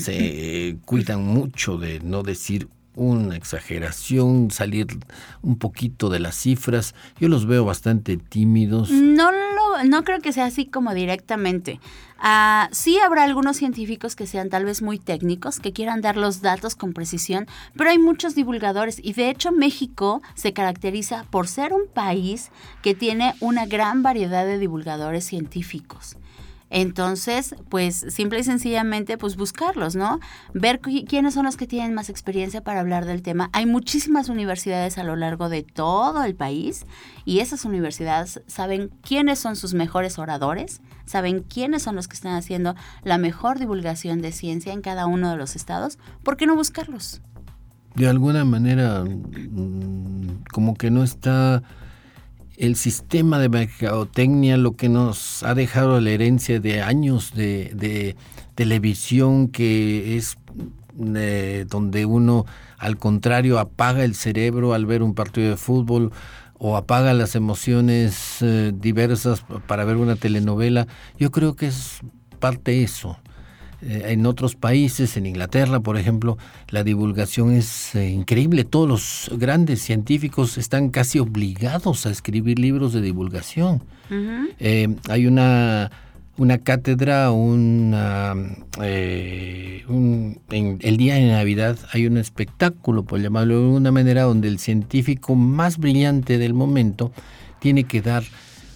se cuidan mucho de no decir una exageración, salir un poquito de las cifras. Yo los veo bastante tímidos. No lo, no creo que sea así como directamente. Uh, sí habrá algunos científicos que sean tal vez muy técnicos, que quieran dar los datos con precisión, pero hay muchos divulgadores y de hecho México se caracteriza por ser un país que tiene una gran variedad de divulgadores científicos. Entonces, pues simple y sencillamente, pues buscarlos, ¿no? Ver qu- quiénes son los que tienen más experiencia para hablar del tema. Hay muchísimas universidades a lo largo de todo el país y esas universidades saben quiénes son sus mejores oradores, saben quiénes son los que están haciendo la mejor divulgación de ciencia en cada uno de los estados. ¿Por qué no buscarlos? De alguna manera, como que no está... El sistema de mercadotecnia, lo que nos ha dejado la herencia de años de, de televisión, que es eh, donde uno, al contrario, apaga el cerebro al ver un partido de fútbol o apaga las emociones eh, diversas para ver una telenovela. Yo creo que es parte de eso. Eh, en otros países, en Inglaterra, por ejemplo, la divulgación es eh, increíble. Todos los grandes científicos están casi obligados a escribir libros de divulgación. Uh-huh. Eh, hay una, una cátedra, una, eh, un, en el día de Navidad hay un espectáculo, por llamarlo de alguna manera, donde el científico más brillante del momento tiene que dar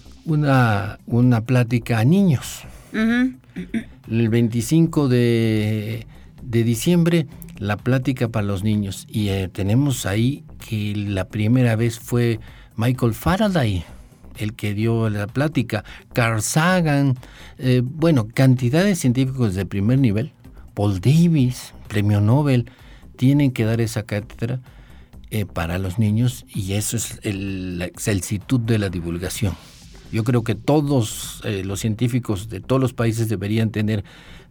una, una plática a niños. Uh-huh. El veinticinco de, de diciembre, la plática para los niños. Y eh, tenemos ahí que la primera vez fue Michael Faraday, el que dio la plática. Carl Sagan, eh, bueno, cantidad de científicos de primer nivel. Paul Davis, premio Nobel, tienen que dar esa cátedra eh, para los niños, y eso es el, la excelsitud de la divulgación. Yo creo que todos eh, los científicos de todos los países deberían tener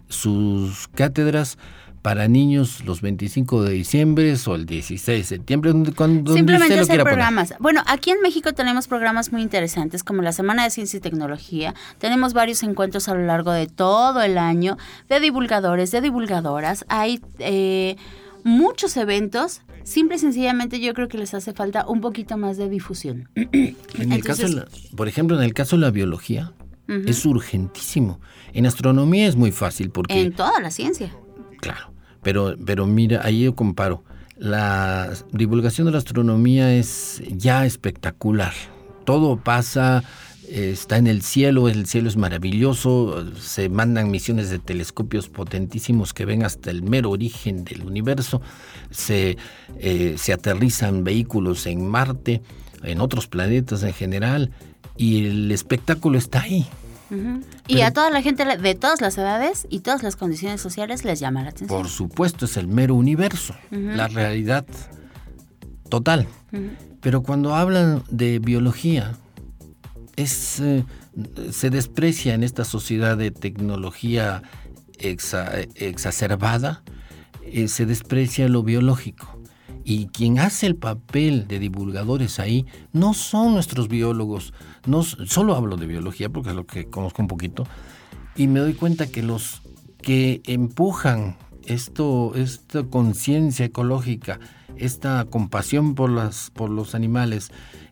sus cátedras para niños los veinticinco de diciembre o el dieciséis de septiembre, donde, cuando simplemente usted lo hacer quiera programas. poner. Bueno, aquí en México tenemos programas muy interesantes como la Semana de Ciencia y Tecnología. Tenemos varios encuentros a lo largo de todo el año de divulgadores, de divulgadoras. Hay eh, muchos eventos. Simple y sencillamente yo creo que les hace falta un poquito más de difusión. En el Entonces, caso de la, por ejemplo, en el caso de la biología, uh-huh. es urgentísimo. En astronomía es muy fácil porque... En toda la ciencia. Claro, pero, pero mira, ahí yo comparo. La divulgación de la astronomía es ya espectacular. Todo pasa, eh, está en el cielo, el cielo es maravilloso, se mandan misiones de telescopios potentísimos que ven hasta el mero origen del universo, se, eh, se aterrizan vehículos en Marte, en otros planetas en general, y el espectáculo está ahí. Uh-huh. Y Pero, a toda la gente de todas las edades y todas las condiciones sociales les llama la atención. Por supuesto, es el mero universo, uh-huh. la realidad total. Uh-huh. Pero cuando hablan de biología, es, eh, se desprecia en esta sociedad de tecnología exa, exacerbada, eh, se desprecia lo biológico. Y quien hace el papel de divulgadores ahí no son nuestros biólogos. No, solo hablo de biología porque es lo que conozco un poquito. Y me doy cuenta que los que empujan esto, esta conciencia ecológica, esta compasión por, las, por los animales,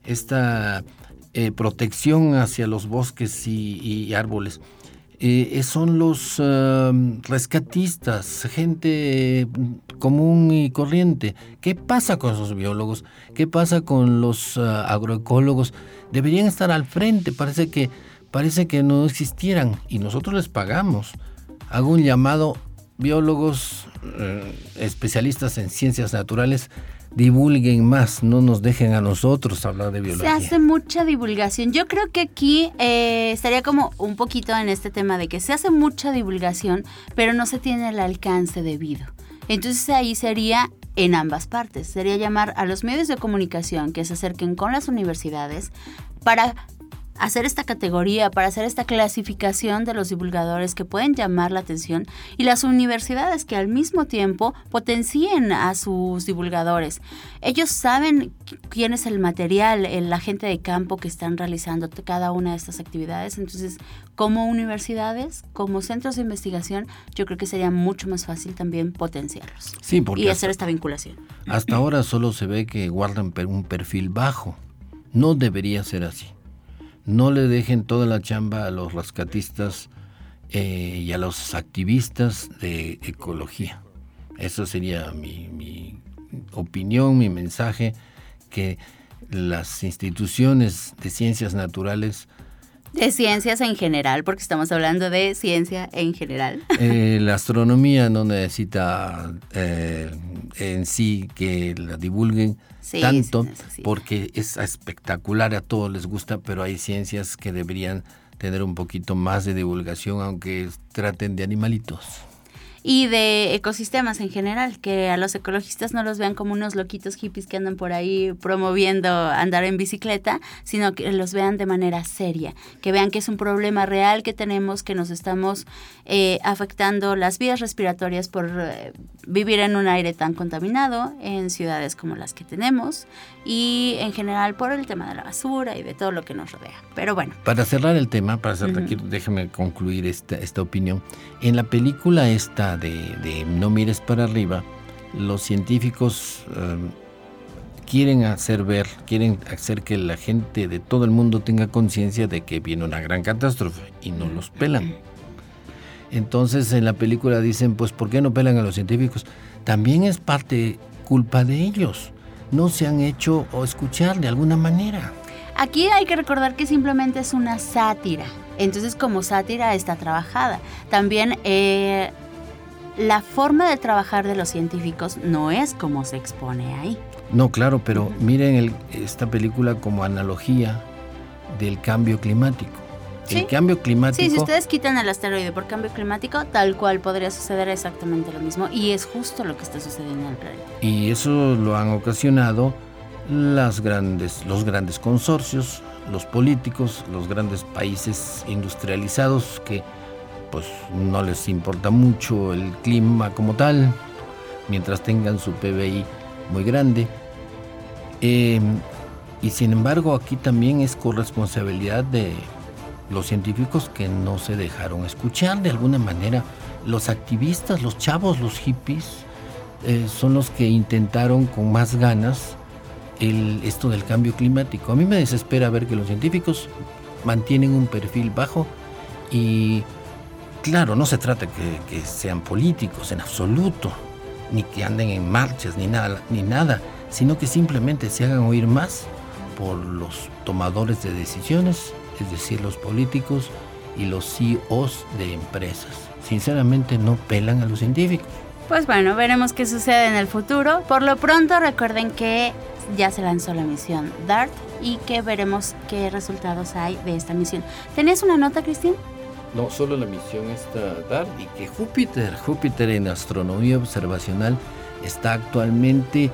esta eh, protección hacia los bosques y, y árboles, Eh, son los uh, rescatistas, gente común y corriente. ¿Qué pasa con esos biólogos? ¿Qué pasa con los uh, agroecólogos? Deberían estar al frente, parece que, parece que no existieran y nosotros les pagamos. Hago un llamado, biólogos, uh, especialistas en ciencias naturales, divulguen más, no nos dejen a nosotros hablar de biología. Se hace mucha divulgación. Yo creo que aquí eh, estaría como un poquito en este tema de que se hace mucha divulgación, pero no se tiene el alcance debido. Entonces ahí sería en ambas partes. Sería llamar a los medios de comunicación que se acerquen con las universidades para hacer esta categoría, para hacer esta clasificación de los divulgadores que pueden llamar la atención, y las universidades que al mismo tiempo potencien a sus divulgadores. Ellos saben quién es el material, el agente de campo que están realizando cada una de estas actividades. Entonces, como universidades, como centros de investigación, yo creo que sería mucho más fácil también potenciarlos. Sí, porque y hacer esta vinculación. Hasta ahora solo se ve que guardan un perfil bajo. No debería ser así. No le dejen toda la chamba a los rescatistas eh, y a los activistas de ecología. Eso sería mi, mi opinión, mi mensaje, que las instituciones de ciencias naturales... De ciencias en general, porque estamos hablando de ciencia en general. Eh, la astronomía no necesita eh, en sí que la divulguen, sí, tanto, sí, porque es espectacular, a todos les gusta, pero hay ciencias que deberían tener un poquito más de divulgación, aunque traten de animalitos. y de ecosistemas en general, que a los ecologistas no los vean como unos loquitos hippies que andan por ahí promoviendo andar en bicicleta, sino que los vean de manera seria, que vean que es un problema real que tenemos, que nos estamos eh, afectando las vías respiratorias por eh, vivir en un aire tan contaminado en ciudades como las que tenemos y en general por el tema de la basura y de todo lo que nos rodea. Pero bueno. Para cerrar el tema, para cerrar, uh-huh. aquí, déjame concluir esta, esta opinión. En la película esta de, de No mires para arriba, los científicos eh, quieren hacer ver, quieren hacer que la gente de todo el mundo tenga conciencia de que viene una gran catástrofe y no los pelan. Entonces en la película dicen, pues ¿por qué no pelan a los científicos? También es parte culpa de ellos. No se han hecho o escuchar de alguna manera. Aquí hay que recordar que simplemente es una sátira. Entonces como sátira está trabajada. También eh, la forma de trabajar de los científicos no es como se expone ahí. No, claro, pero uh-huh. miren el, esta película como analogía del cambio climático. ¿Sí? El cambio climático... Sí, si ustedes quitan el asteroide por cambio climático, tal cual podría suceder exactamente lo mismo. Y es justo lo que está sucediendo en el planeta. Y eso lo han ocasionado las grandes, los grandes consorcios, los políticos, los grandes países industrializados que pues no les importa mucho el clima como tal, mientras tengan su P B I muy grande. Eh, y sin embargo aquí también es corresponsabilidad de los científicos que no se dejaron escuchar de alguna manera. Los activistas, los chavos, los hippies, eh, son los que intentaron con más ganas el, esto del cambio climático. A mí me desespera ver que los científicos mantienen un perfil bajo y claro, no se trata que, que sean políticos en absoluto, ni que anden en marchas, ni nada, ni nada, sino que simplemente se hagan oír más por los tomadores de decisiones, es decir, los políticos y los C E Os de empresas. Sinceramente no pelan a los científicos. Pues bueno, veremos qué sucede en el futuro. Por lo pronto recuerden que ya se lanzó la misión DART y que veremos qué resultados hay de esta misión. ¿Tenías una nota, Cristín? No, solo la misión está DART y que Júpiter, Júpiter en astronomía observacional está actualmente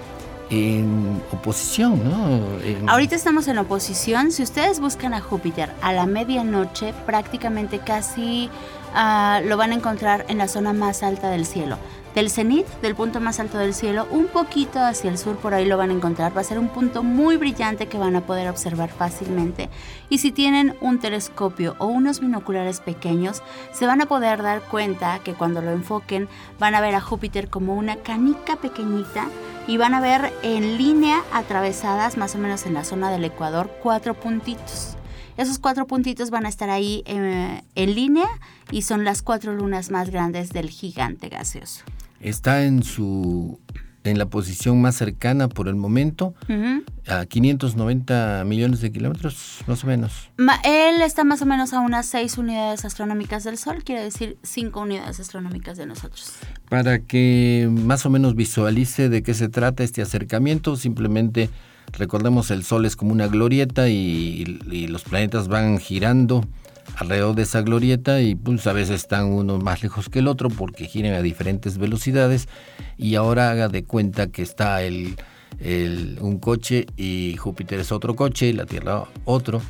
en oposición, ¿no? En... Ahorita estamos en oposición. Si ustedes buscan a Júpiter a la medianoche, prácticamente casi uh, lo van a encontrar en la zona más alta del cielo. Del cenit, del punto más alto del cielo, un poquito hacia el sur, por ahí lo van a encontrar. Va a ser un punto muy brillante que van a poder observar fácilmente. Y si tienen un telescopio o unos binoculares pequeños, se van a poder dar cuenta que cuando lo enfoquen van a ver a Júpiter como una canica pequeñita y van a ver en línea atravesadas, más o menos en la zona del ecuador, cuatro puntitos. Esos cuatro puntitos van a estar ahí eh, en línea y son las cuatro lunas más grandes del gigante gaseoso. Está en su en la posición más cercana por el momento, uh-huh. a quinientos noventa millones de kilómetros, más o menos. Ma, él está más o menos a unas seis unidades astronómicas del Sol, quiere decir cinco unidades astronómicas de nosotros. Para que más o menos visualice de qué se trata este acercamiento, simplemente recordemos el Sol es como una glorieta y, y los planetas van girando alrededor de esa glorieta y pues a veces están uno más lejos que el otro porque giran a diferentes velocidades y ahora haga de cuenta que está el, el, un coche y Júpiter es otro coche y la Tierra otro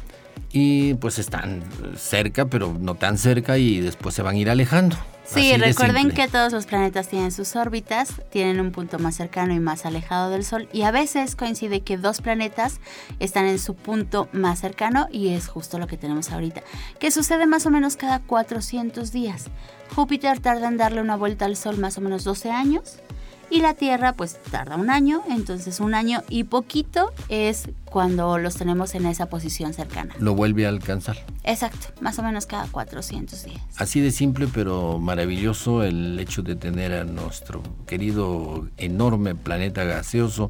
y pues están cerca pero no tan cerca y después se van a ir alejando. Sí, recuerden que todos los planetas tienen sus órbitas, tienen un punto más cercano y más alejado del Sol y a veces coincide que dos planetas están en su punto más cercano y es justo lo que tenemos ahorita, que sucede más o menos cada cuatrocientos días. Júpiter tarda en darle una vuelta al Sol más o menos doce años y la Tierra pues tarda un año, entonces un año y poquito es cuando los tenemos en esa posición cercana. Lo vuelve a alcanzar. Exacto, más o menos cada cuatrocientos días. Así de simple pero maravilloso el hecho de tener a nuestro querido enorme planeta gaseoso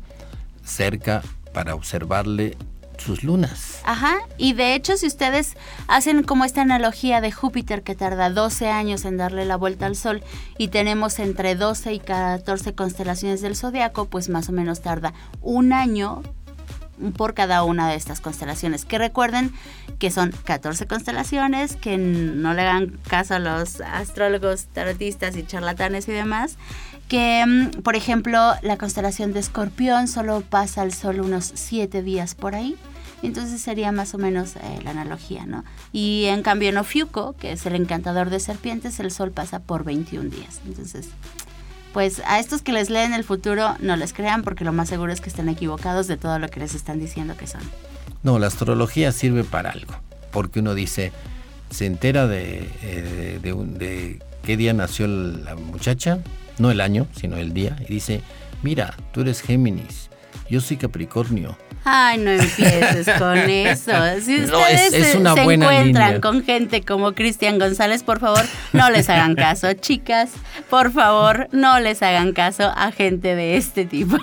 cerca para observarle sus lunas. Ajá, y de hecho si ustedes hacen como esta analogía de Júpiter que tarda doce años en darle la vuelta al Sol y tenemos entre doce y catorce constelaciones del zodiaco, pues más o menos tarda un año, por cada una de estas constelaciones, que recuerden que son catorce constelaciones, que no le hagan caso a los astrólogos, tarotistas y charlatanes y demás, que por ejemplo la constelación de Escorpión solo pasa el sol unos siete días por ahí. Entonces sería más o menos eh, la analogía, ¿no? Y en cambio en Ofiuco, que es el encantador de serpientes, el sol pasa por veintiún días. Entonces, pues a estos que les leen el futuro no les crean, porque lo más seguro es que estén equivocados de todo lo que les están diciendo que son. No, la astrología sirve para algo, porque uno dice, se entera de, eh, de, un, de qué día nació la muchacha, no el año, sino el día, y dice, mira, tú eres Géminis, yo soy Capricornio. Ay, no empieces con eso. Si ustedes no, es, es una se buena encuentran línea. con gente como Cristian González, por favor, no les hagan caso. Chicas, por favor, no les hagan caso a gente de este tipo.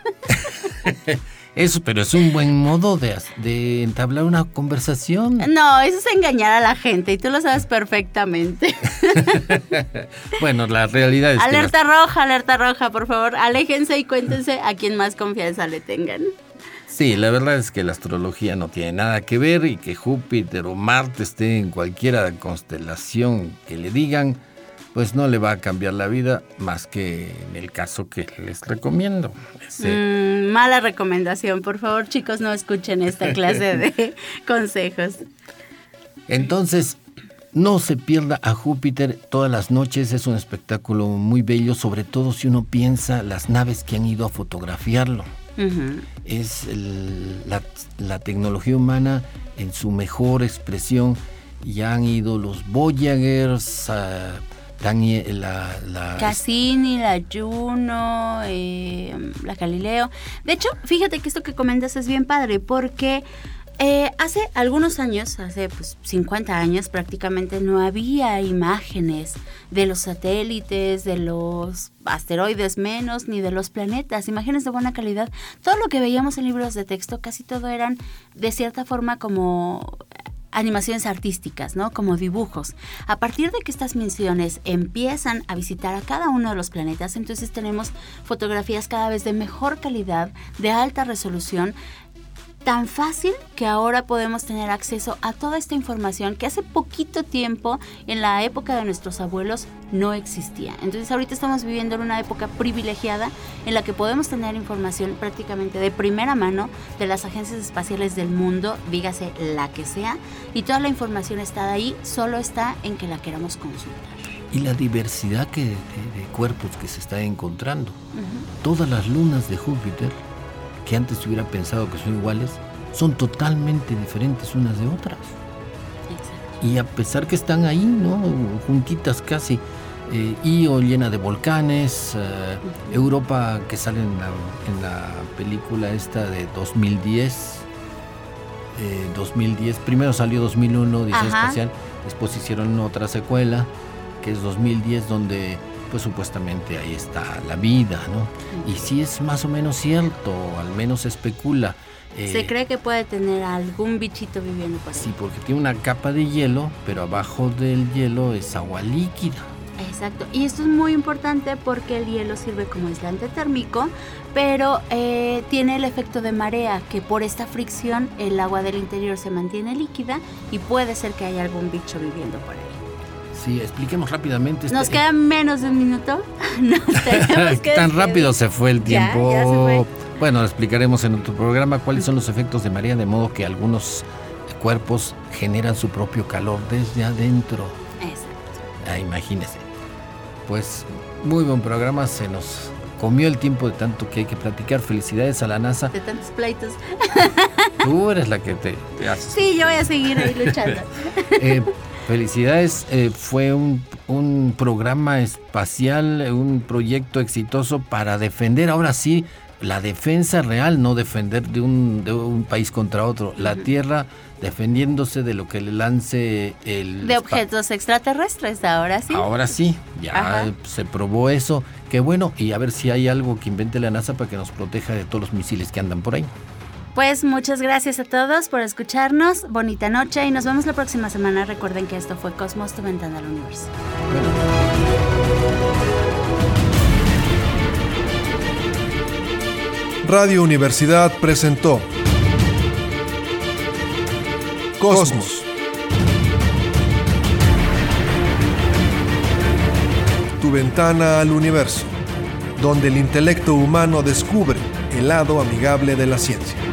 Eso, pero es un buen modo de, de entablar una conversación. No, eso es engañar a la gente y tú lo sabes perfectamente. Bueno, la realidad es alerta que... Alerta roja, alerta roja, por favor, aléjense y cuéntense a quien más confianza le tengan. Sí, la verdad es que la astrología no tiene nada que ver y que Júpiter o Marte esté en cualquiera constelación que le digan, pues no le va a cambiar la vida más que en el caso que les recomiendo. Ese... Mm, mala recomendación, por favor, chicos, no escuchen esta clase de consejos. Entonces, no se pierda a Júpiter todas las noches, es un espectáculo muy bello, sobre todo si uno piensa las naves que han ido a fotografiarlo. Uh-huh. Es el, la, la tecnología humana en su mejor expresión. Ya han ido los Voyagers, uh, Daniel, la, la Cassini, la Juno, eh, la Galileo. De hecho, fíjate que esto que comentas es bien padre, porque eh, hace algunos años, hace pues cincuenta años prácticamente, no había imágenes de los satélites, de los asteroides menos, ni de los planetas, imágenes de buena calidad. Todo lo que veíamos en libros de texto, casi todo eran de cierta forma como animaciones artísticas, ¿no? Como dibujos. A partir de que estas misiones empiezan a visitar a cada uno de los planetas, entonces tenemos fotografías cada vez de mejor calidad, de alta resolución, tan fácil que ahora podemos tener acceso a toda esta información que hace poquito tiempo, en la época de nuestros abuelos, no existía. Entonces ahorita estamos viviendo en una época privilegiada en la que podemos tener información prácticamente de primera mano de las agencias espaciales del mundo, dígase la que sea, y toda la información está ahí, solo está en que la queramos consultar. Y la diversidad que, de, de cuerpos que se está encontrando. Uh-huh. Todas las lunas de Júpiter, que antes se hubiera pensado que son iguales, son totalmente diferentes unas de otras. Exacto. Y a pesar que están ahí, ¿no? Juntitas casi, eh, Io llena de volcanes, eh, uh-huh. Europa que sale en la, en la película esta de dos mil diez, eh, dos mil diez, primero salió dos mil uno, Odisea Espacial, después hicieron otra secuela, que es dos mil diez, donde pues supuestamente ahí está la vida, ¿no? Y sí es más o menos cierto, al menos se especula. Eh, se cree que puede tener algún bichito viviendo por ahí. Sí, porque tiene una capa de hielo, pero abajo del hielo es agua líquida. Exacto, y esto es muy importante porque el hielo sirve como aislante térmico, pero eh, tiene el efecto de marea, que por esta fricción el agua del interior se mantiene líquida y puede ser que haya algún bicho viviendo por ahí. Sí, expliquemos rápidamente. Este, Nos queda menos de un minuto. Nos tenemos que Tan rápido se fue el tiempo. Ya, ya se fue. Bueno, explicaremos en otro programa cuáles son los efectos de marea, de modo que algunos cuerpos generan su propio calor desde adentro. Exacto. Ah, imagínese. Pues muy buen programa, se nos comió el tiempo de tanto que hay que platicar. Felicidades a la NASA. De tantos pleitos. Tú eres la que te, te haces. Sí, yo voy a seguir ahí luchando. eh, Felicidades, eh, fue un, un programa espacial, un proyecto exitoso para defender, ahora sí, la defensa real, no defender de un, de un país contra otro, la uh-huh. Tierra defendiéndose de lo que le lance el... De objetos spa- extraterrestres, ahora sí. Ahora sí, ya Ajá. se probó eso, qué bueno, y a ver si hay algo que invente la NASA para que nos proteja de todos los misiles que andan por ahí. Pues muchas gracias a todos por escucharnos, bonita noche y nos vemos la próxima semana. Recuerden que esto fue Cosmos, tu ventana al universo. Radio Universidad presentó Cosmos. Tu ventana al universo, donde el intelecto humano descubre el lado amigable de la ciencia.